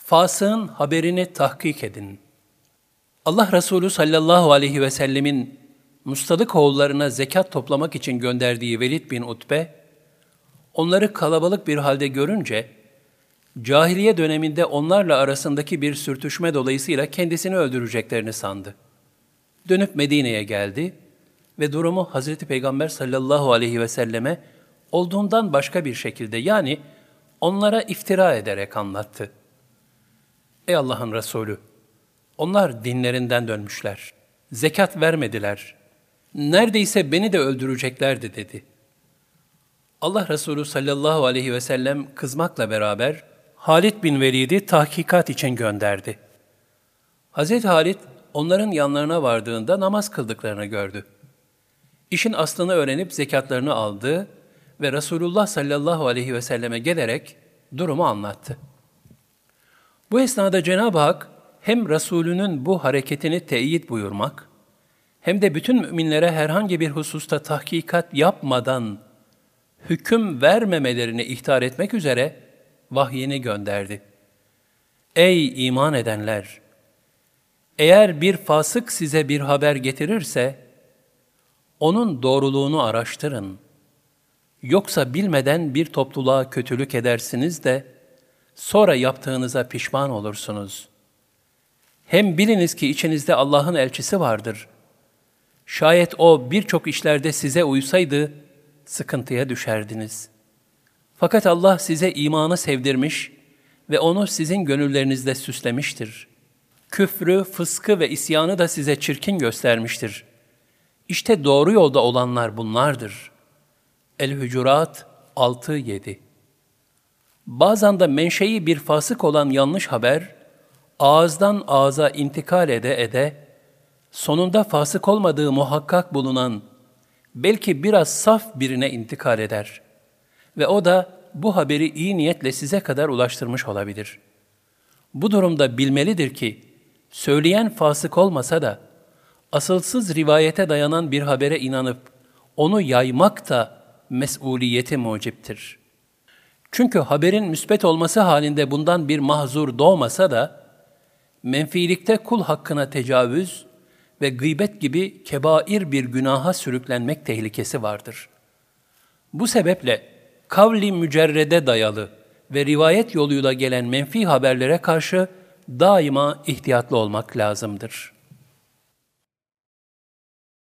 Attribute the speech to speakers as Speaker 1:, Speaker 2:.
Speaker 1: Fasığın haberini tahkik edin. Allah Resulü sallallahu aleyhi ve sellemin Mustadık oğullarına zekat toplamak için gönderdiği Velid bin Utbe, onları kalabalık bir halde görünce, cahiliye döneminde onlarla arasındaki bir sürtüşme dolayısıyla kendisini öldüreceklerini sandı. Dönüp Medine'ye geldi ve durumu Hazreti Peygamber sallallahu aleyhi ve selleme olduğundan başka bir şekilde, yani onlara iftira ederek anlattı. Ey Allah'ın Resulü! Onlar dinlerinden dönmüşler. Zekat vermediler. Neredeyse beni de öldüreceklerdi dedi. Allah Resulü sallallahu aleyhi ve sellem kızmakla beraber Halid bin Velid'i tahkikat için gönderdi. Hazreti Halid onların yanlarına vardığında namaz kıldıklarını gördü. İşin aslını öğrenip zekatlarını aldı ve Resulullah sallallahu aleyhi ve selleme gelerek durumu anlattı. Bu esnada Cenab-ı Hak hem Resulünün bu hareketini teyit buyurmak, hem de bütün müminlere herhangi bir hususta tahkikat yapmadan hüküm vermemelerini ihtar etmek üzere vahyini gönderdi. Ey iman edenler! Eğer bir fasık size bir haber getirirse, onun doğruluğunu araştırın. Yoksa bilmeden bir topluluğa kötülük edersiniz de, sonra yaptığınıza pişman olursunuz. Hem biliniz ki içinizde Allah'ın elçisi vardır. Şayet o birçok işlerde size uysaydı, sıkıntıya düşerdiniz. Fakat Allah size imanı sevdirmiş ve onu sizin gönüllerinizde süslemiştir. Küfrü, fıskı ve isyanı da size çirkin göstermiştir. İşte doğru yolda olanlar bunlardır. El-Hücurat 6-7. Bazen de menşei bir fasık olan yanlış haber, ağızdan ağza intikal ede, sonunda fasık olmadığı muhakkak bulunan, belki biraz saf birine intikal eder. Ve o da bu haberi iyi niyetle size kadar ulaştırmış olabilir. Bu durumda bilmelidir ki, söyleyen fasık olmasa da, asılsız rivayete dayanan bir habere inanıp, onu yaymak da mesuliyeti muciptir. Çünkü haberin müsbet olması halinde bundan bir mahzur doğmasa da, menfilikte kul hakkına tecavüz ve gıybet gibi kebair bir günaha sürüklenmek tehlikesi vardır. Bu sebeple kavli mücerrede dayalı ve rivayet yoluyla gelen menfi haberlere karşı daima ihtiyatlı olmak lazımdır.